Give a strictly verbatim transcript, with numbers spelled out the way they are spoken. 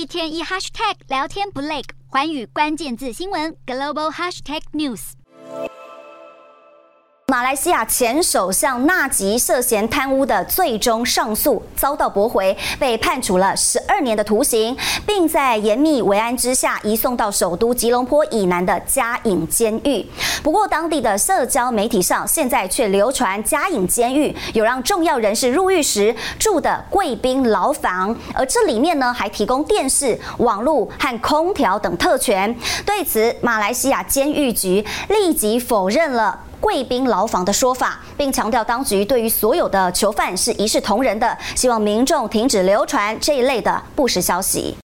天一 hashtag 聊天不累，寰宇关键字新闻 global hashtag news。 马来西亚前首相纳吉涉嫌贪污的最终上诉遭到驳回，被判处了十二年的徒刑，并在严密维安之下移送到首都吉隆坡以南的嘉颖监狱。不过，当地的社交媒体上现在却流传嘉颖监狱有让重要人士入狱时住的贵宾牢房，而这里面呢还提供电视、网络和空调等特权。对此，马来西亚监狱局立即否认了贵宾牢房的说法，并强调当局对于所有的囚犯是一视同仁的，希望民众停止流传这一类的不实消息。